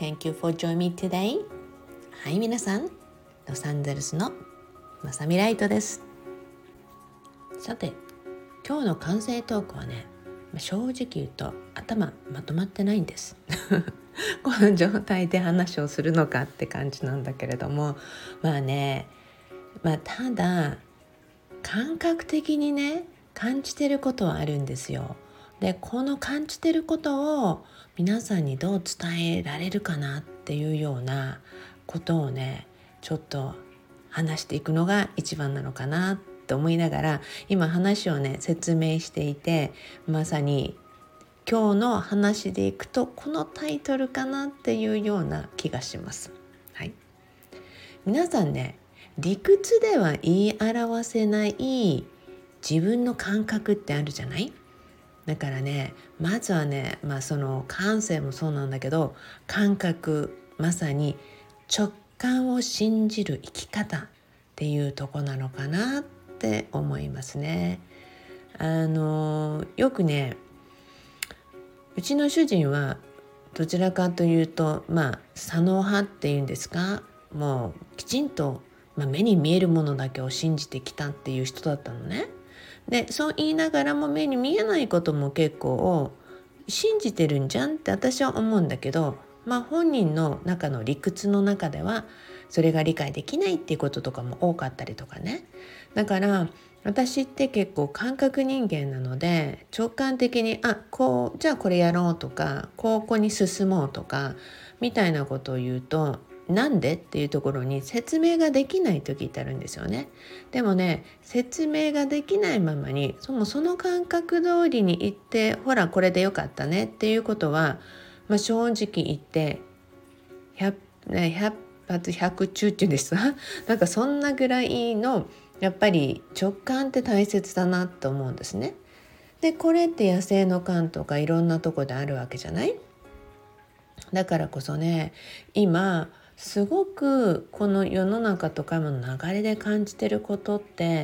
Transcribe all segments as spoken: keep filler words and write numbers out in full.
Thank you for joining me today. はい、皆さん、ロサンゼルスのまさみライトです。さて、今日の完成トークはね、正直言うと頭まとまってないんですこの状態で話をするのかって感じなんだけれども、まあね、まあただ感覚的にね感じてることはあるんですよ。で、この感じてることを皆さんにどう伝えられるかなっていうようなことをね、ちょっと話していくのが一番なのかなと思いながら、今話をね説明していて、まさに今日の話でいくとこのタイトルかなっていうような気がします。はい、皆さんね、理屈では言い表せない自分の感覚ってあるじゃない？だからね、まずはね、まあその感性もそうなんだけど、感覚、まさに直感を信じる生き方っていうとこなのかなって思いますね。あのよくね、うちの主人はどちらかというと、まあ左脳派っていうんですか、もうきちんと、まあ、目に見えるものだけを信じてきたっていう人だったのね。で、そう言いながらも目に見えないことも結構信じてるんじゃんって私は思うんだけど、まあ本人の中の理屈の中ではそれが理解できないっていうこととかも多かったりとかね。だから私って結構感覚人間なので、直感的にあこうじゃあこれやろうとか、ここに進もうとかみたいなことを言うと、なんでっていうところに説明ができない時ってあるんですよね。でもね、説明ができないままにそのその感覚通りに言って、ほらこれでよかったねっていうことは、まあ、正直言ってひゃく、ね、ひゃく発ひゃく中っていうんですかなんかそんなぐらいのやっぱり直感って大切だなと思うんですね。で、これって野生の感とかいろんなとこであるわけじゃない。だからこそね、今すごくこの世の中とかの流れで感じてることって、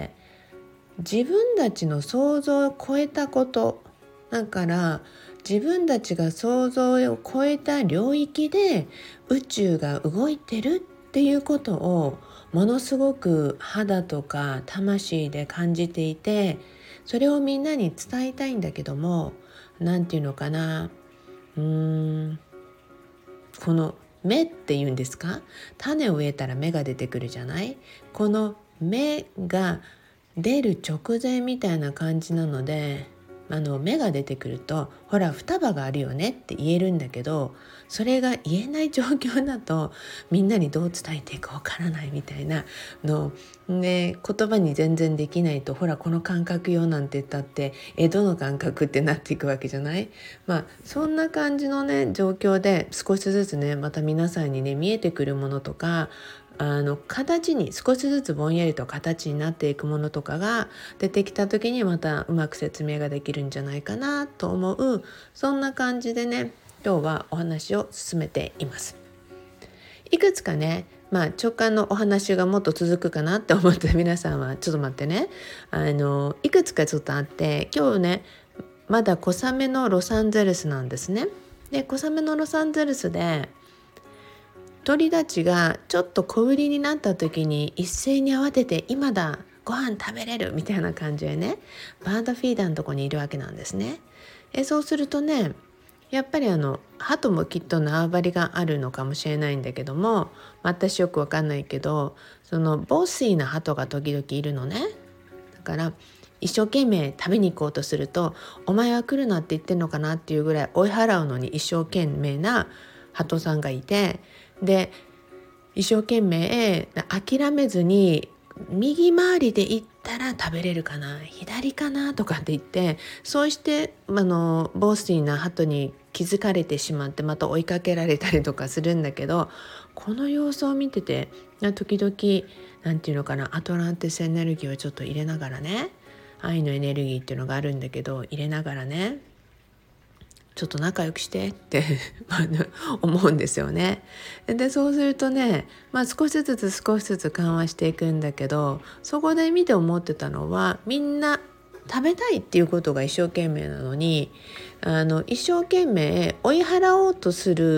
自分たちの想像を超えたこと、だから自分たちが想像を超えた領域で宇宙が動いてるっていうことをものすごく肌とか魂で感じていて、それをみんなに伝えたいんだけども、なんていうのかな、うーんこの芽っていうんですか、種を植えたら芽が出てくるじゃない。この芽が出る直前みたいな感じなので、あの芽が出てくるとほら双葉があるよねって言えるんだけど、それが言えない状況だとみんなにどう伝えていいかわからないみたいなので、言葉に全然できないと、ほらこの感覚よなんて言ったってえどの感覚ってなっていくわけじゃない。まあそんな感じのね状況で、少しずつねまた皆さんにね見えてくるものとか、あの形に少しずつぼんやりと形になっていくものとかが出てきた時に、またうまく説明ができるんじゃないかなと思う、そんな感じでね今日はお話を進めています。いくつかね、まあ、直感のお話がもっと続くかなって思って皆さんはちょっと待ってね、あのいくつかちょっとあって、今日ねまだ小雨のロサンゼルスなんですね。で、小雨のロサンゼルスで鳥たちがちょっと小売りになった時に一斉に慌てて、今だご飯食べれるみたいな感じでね、バードフィーダーのとこにいるわけなんですね。えそうするとね、やっぱりあの鳩もきっと縄張りがあるのかもしれないんだけども、私よくわかんないけど、そのボスイな鳩が時々いるのね。だから一生懸命食べに行こうとすると、お前は来るなって言ってんのかなっていうぐらい追い払うのに一生懸命な鳩さんがいて、で一生懸命諦めずに右回りで行ったら食べれるかな、左かなとかって言って、そうしてあのボースティーな鳩に気づかれてしまって、また追いかけられたりとかするんだけど、この様子を見てて時々なんていうのかな、アトランティスエネルギーをちょっと入れながらね、愛のエネルギーっていうのがあるんだけど、入れながらね、ちょっと仲良くしてって思うんですよね。でそうするとね、まあ、少しずつ少しずつ緩和していくんだけど、そこで見て思ってたのは、みんな食べたいっていうことが一生懸命なのに、あの一生懸命追い払おうとする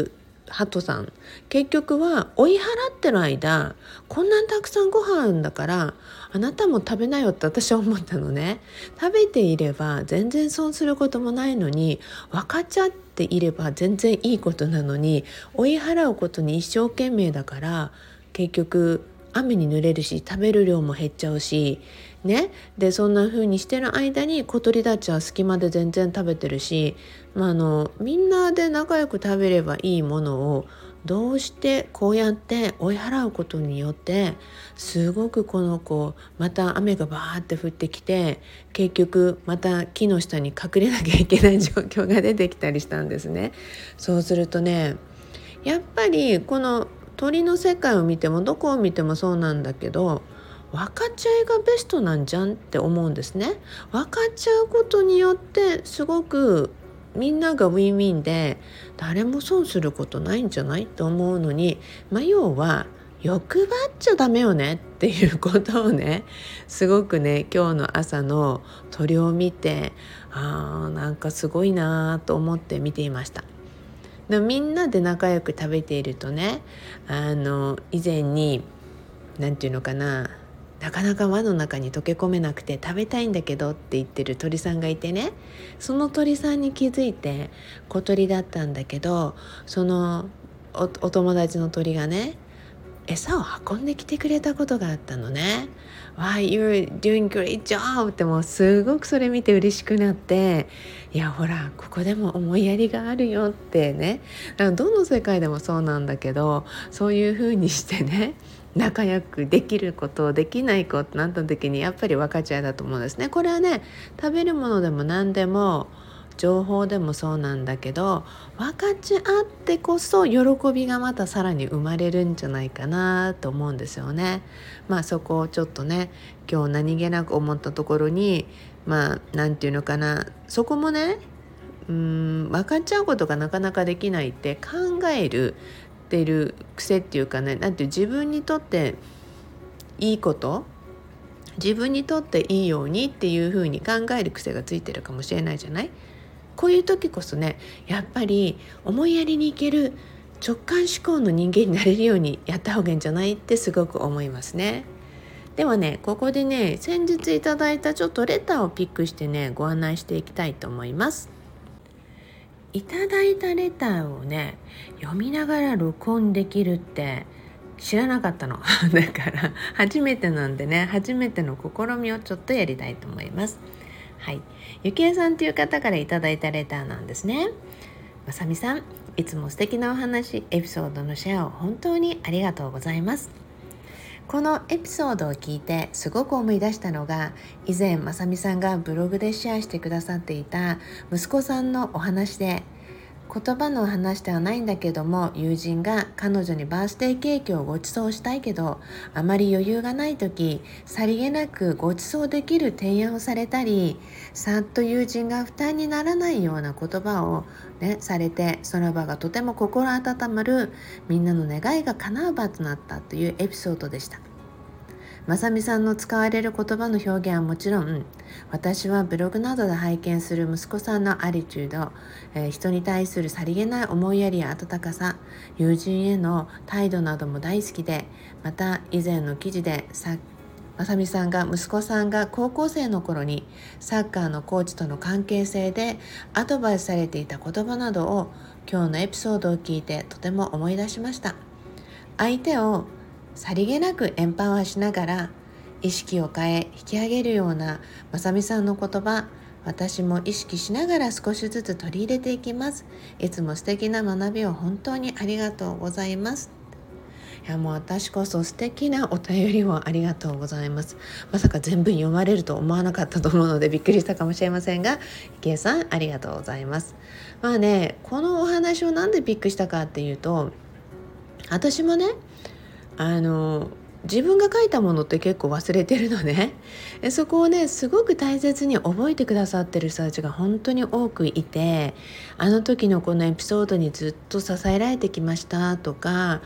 ハトさん結局は追い払ってる間、こんなにたくさんご飯あるんだからあなたも食べなよって私は思ったのね。食べていれば全然損することもないのに、分かっちゃっていれば全然いいことなのに、追い払うことに一生懸命だから、結局雨に濡れるし食べる量も減っちゃうしね。でそんな風にしてる間に小鳥たちは隙間で全然食べてるし、まあ、あのみんなで仲良く食べればいいものをどうしてこうやって追い払うことによってすごくこの子また雨がバーって降ってきて、結局また木の下に隠れなきゃいけない状況が出てきたりしたんですね。そうするとね、やっぱりこの鳥の世界を見てもどこを見てもそうなんだけど、分かっちゃいがベストなんじゃんって思うんですね。分かっちゃうことによってすごくみんながウィンウィンで誰も損することないんじゃないと思うのに、まあ、要は欲張っちゃダメよねっていうことをね、すごくね今日の朝の鳥を見て、あーなんかすごいなと思って見ていました。でみんなで仲良く食べているとね、あの以前になんていうのかな、なかなか輪の中に溶け込めなくて食べたいんだけどって言ってる鳥さんがいてね、その鳥さんに気づいて小鳥だったんだけど、その お, お友達の鳥がね餌を運んできてくれたことがあったのね。Wow, you're doing great job ってもうすごくそれ見て嬉しくなって、いやほらここでも思いやりがあるよってね、どの世界でもそうなんだけど、そういう風にしてね仲良くできることできないことなった時にやっぱり分かち合いだと思うんですね。これはね食べるものでも何でも情報でもそうなんだけど、分かち合ってこそ喜びがまたさらに生まれるんじゃないかなと思うんですよね。まあそこをちょっとね今日何気なく思ったところに、まあなんていうのかな、そこもねうーん分かっちゃうことがなかなかできないって考えるってる癖っていうかね、なんていう自分にとっていいこと自分にとっていいようにっていう風に考える癖がついてるかもしれないじゃない。こういう時こそねやっぱり思いやりにいける直感思考の人間になれるようにやった方がいいんじゃないってすごく思いますね。ではねここでね先日いただいたちょっとレターをピックしてねご案内していきたいと思います。いただいたレターをね読みながら録音できるって知らなかったのだから初めてなんでね、初めての試みをちょっとやりたいと思います。はい、ゆきえさんという方からいただいたレターなんですね。まさみさん、いつも素敵なお話エピソードのシェアを本当にありがとうございます。このエピソードを聞いてすごく思い出したのが、以前まさみさんがブログでシェアしてくださっていた息子さんのお話で、言葉の話ではないんだけども、友人が彼女にバースデーケーキをご馳走したいけどあまり余裕がない時、さりげなくご馳走できる提案をされたり、さっと友人が負担にならないような言葉を、ね、されて、その場がとても心温まる、みんなの願いが叶う場となったというエピソードでした。まさみさんの使われる言葉の表現はもちろん、私はブログなどで拝見する息子さんのアリチュード、えー、人に対するさりげない思いやりや温かさ、友人への態度なども大好きで、また以前の記事でさまさみさんが息子さんが高校生の頃にサッカーのコーチとの関係性でアドバイスされていた言葉などを今日のエピソードを聞いてとても思い出しました。相手をさりげなくエンパワーしながら意識を変え引き上げるようなまさみさんの言葉、私も意識しながら少しずつ取り入れていきます。いつも素敵な学びを本当にありがとうございます。いやもう私こそ素敵なお便りをありがとうございます。まさか全部読まれると思わなかったと思うのでびっくりしたかもしれませんが、池江さんありがとうございます。まあね、このお話をなんでピックしたかっていうと、私もねあの自分が書いたものって結構忘れてるのね。そこをねすごく大切に覚えてくださってる人たちが本当に多くいて、あの時のこのエピソードにずっと支えられてきましたとか、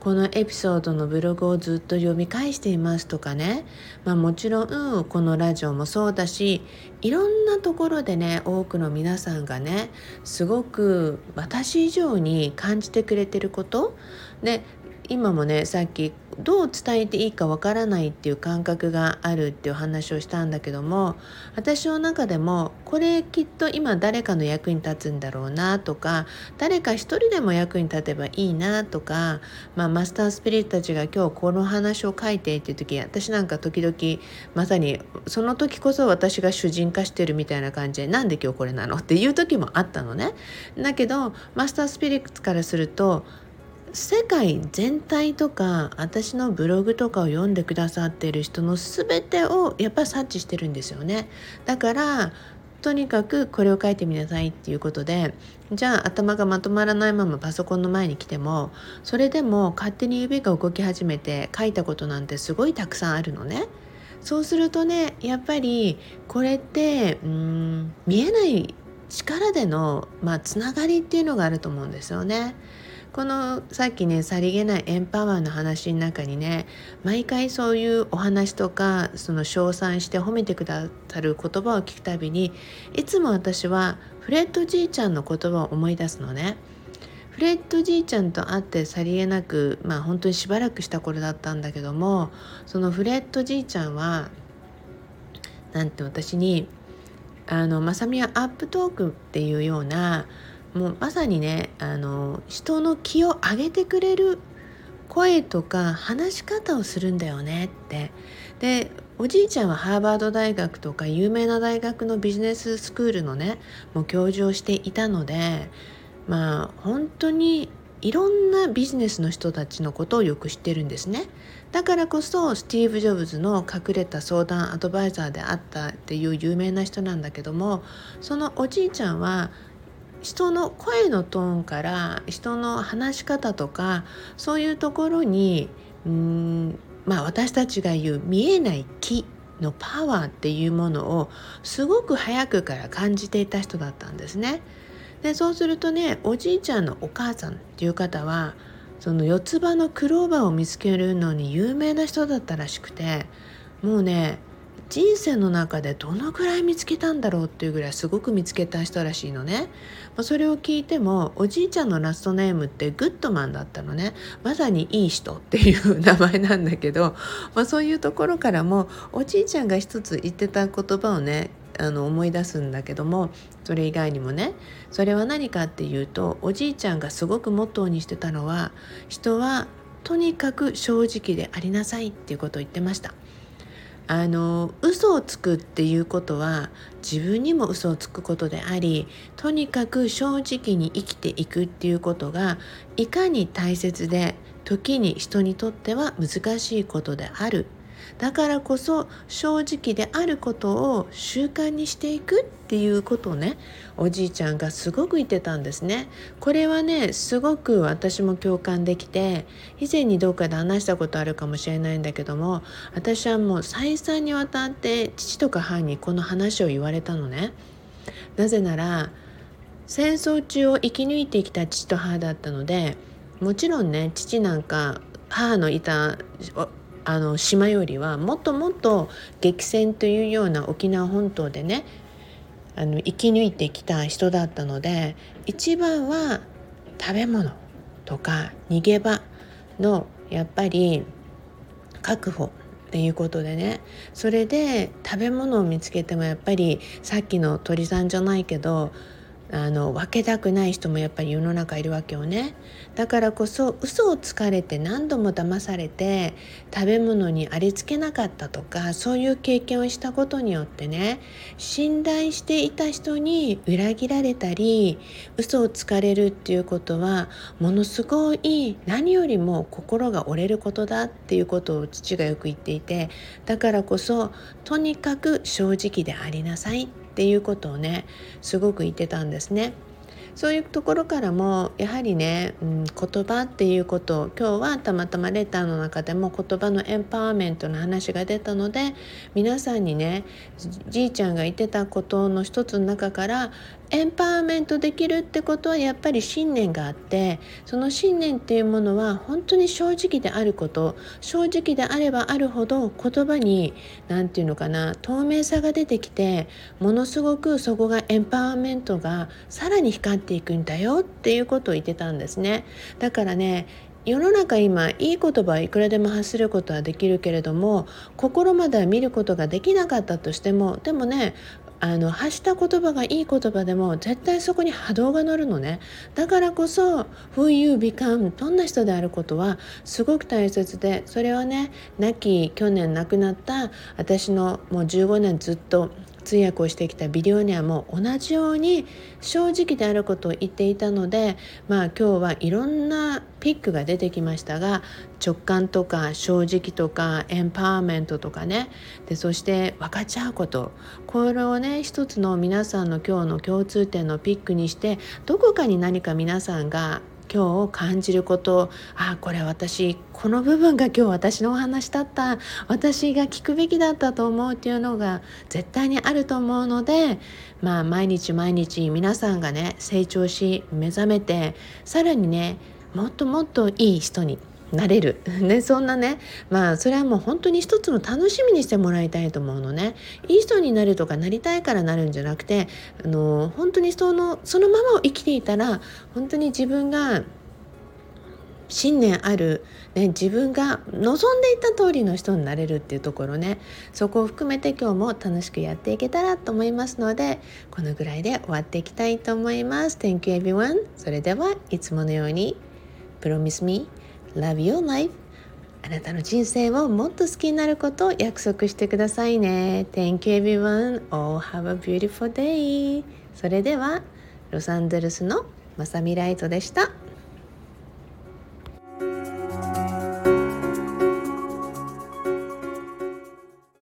このエピソードのブログをずっと読み返していますとかね、まあ、もちろんこのラジオもそうだし、いろんなところでね、多くの皆さんがねすごく私以上に感じてくれてることで、今もねさっきどう伝えていいかわからないっていう感覚があるっていう話をしたんだけども、私の中でもこれきっと今誰かの役に立つんだろうなとか、誰か一人でも役に立てばいいなとか、まあ、マスタースピリットたちが今日この話を書いてっていう時、私なんか時々まさにその時こそ私が主人化してるみたいな感じで、なんで今日これなのっていう時もあったのね。だけどマスタースピリットからすると、世界全体とか私のブログとかを読んでくださっている人の全てをやっぱり察知してるんですよね。だからとにかくこれを書いてみなさいっていうことで、じゃあ頭がまとまらないままパソコンの前に来ても、それでも勝手に指が動き始めて書いたことなんてすごいたくさんあるのね。そうするとね、やっぱりこれってうーん見えない力での、まあ、つながりっていうのがあると思うんですよね。このさっきねさりげないエンパワーの話の中にね、毎回そういうお話とか、その称賛して褒めてくださる言葉を聞くたびに、いつも私はフレッドじいちゃんの言葉を思い出すのね。フレッドじいちゃんと会ってさりげなく、まあ本当にしばらくした頃だったんだけども、そのフレッドじいちゃんはなんて私にあのまさみはアップトークっていうような、もうまさにね、あの人の気を上げてくれる声とか話し方をするんだよねって。でおじいちゃんはハーバード大学とか有名な大学のビジネススクールのねもう教授をしていたので、まあ本当にいろんなビジネスの人たちのことをよく知ってるんですね。だからこそスティーブ・ジョブズの隠れた相談アドバイザーであったっていう有名な人なんだけども、そのおじいちゃんは人の声のトーンから人の話し方とか、そういうところにうーん、まあ、私たちが言う見えない気のパワーっていうものをすごく早くから感じていた人だったんですね。でそうするとね、おじいちゃんのお母さんっていう方はその四つ葉のクローバーを見つけるのに有名な人だったらしくて、もうね人生の中でどのくらい見つけたんだろうっていうぐらいすごく見つけた人らしいのね。まあ、それを聞いても、おじいちゃんのラストネームってグッドマンだったのね。まさにいい人っていう名前なんだけど、まあ、そういうところからもおじいちゃんが一つ言ってた言葉をねあの思い出すんだけども、それ以外にもね、それは何かっていうと、おじいちゃんがすごくモットーにしてたのは、人はとにかく正直でありなさいっていうことを言ってました。あの嘘をつくっていうことは自分にも嘘をつくことであり、とにかく正直に生きていくっていうことがいかに大切で、時に人にとっては難しいことである。だからこそ正直であることを習慣にしていくっていうことをね、おじいちゃんがすごく言ってたんですね。これはねすごく私も共感できて、以前にどうかで話したことあるかもしれないんだけども、私はもう再三にわたって父とか母にこの話を言われたのね。なぜなら戦争中を生き抜いてきた父と母だったので、もちろんね父なんか母のいたあの島よりはもっともっと激戦というような沖縄本島でねあの生き抜いてきた人だったので、一番は食べ物とか逃げ場のやっぱり確保っていうことでね、それで食べ物を見つけてもやっぱりさっきの鳥さんじゃないけど、あの分けたくない人もやっぱり世の中いるわけよね。だからこそ嘘をつかれて何度も騙されて食べ物にありつけなかったとか、そういう経験をしたことによってね、信頼していた人に裏切られたり嘘をつかれるっていうことはものすごい何よりも心が折れることだっていうことを父がよく言っていて、だからこそとにかく正直でありなさいっていうことをねすごく言ってたんですね。そういうところからもやはりね、うん、言葉っていうことを、今日はたまたまレターの中でも言葉のエンパワーメントの話が出たので、皆さんにねじいちゃんが言ってたことの一つの中からエンパワーメントできるってことはやっぱり信念があって、その信念っていうものは本当に正直であること、正直であればあるほど言葉に何て言うのかな、透明さが出てきて、ものすごくそこがエンパワーメントがさらに光っていくんだよっていうことを言ってたんですね。だからね、世の中今いい言葉はいくらでも発することはできるけれども、心までは見ることができなかったとしても、でもね、あの発した言葉がいい言葉でも絶対そこに波動が乗るのね。だからこそ Who you become、 どんな人であることはすごく大切で、それはね、亡き去年亡くなった私のもうじゅうごねんずっと通訳をしてきたビリオネアも同じように正直であることを言っていたので、まあ今日はいろんなピックが出てきましたが、直感とか正直とかエンパワーメントとかね、でそして分かち合うこと、これをね一つの皆さんの今日の共通点のピックにして、どこかに何か皆さんが今日感じること、あ、これ私この部分が今日私のお話だった、私が聞くべきだったと思うっていうのが絶対にあると思うので、まあ毎日毎日皆さんがね成長し目覚めて、さらにねもっともっといい人になれるね、そんなね、まあそれはもう本当に一つの楽しみにしてもらいたいと思うのね。いい人になるとかなりたいからなるんじゃなくて、あの本当にそのそのままを生きていたら、本当に自分が信念ある、ね、自分が望んでいた通りの人になれるっていうところね、そこを含めて今日も楽しくやっていけたらと思いますので、このぐらいで終わっていきたいと思います。 Thank you everyone。 それではいつものように Promise me Love your life。 あなたの人生をもっと好きになることを約束してくださいね。 Thank you everyone。 Oh, have a beautiful day。 それではロサンゼルスのまさみライトでした。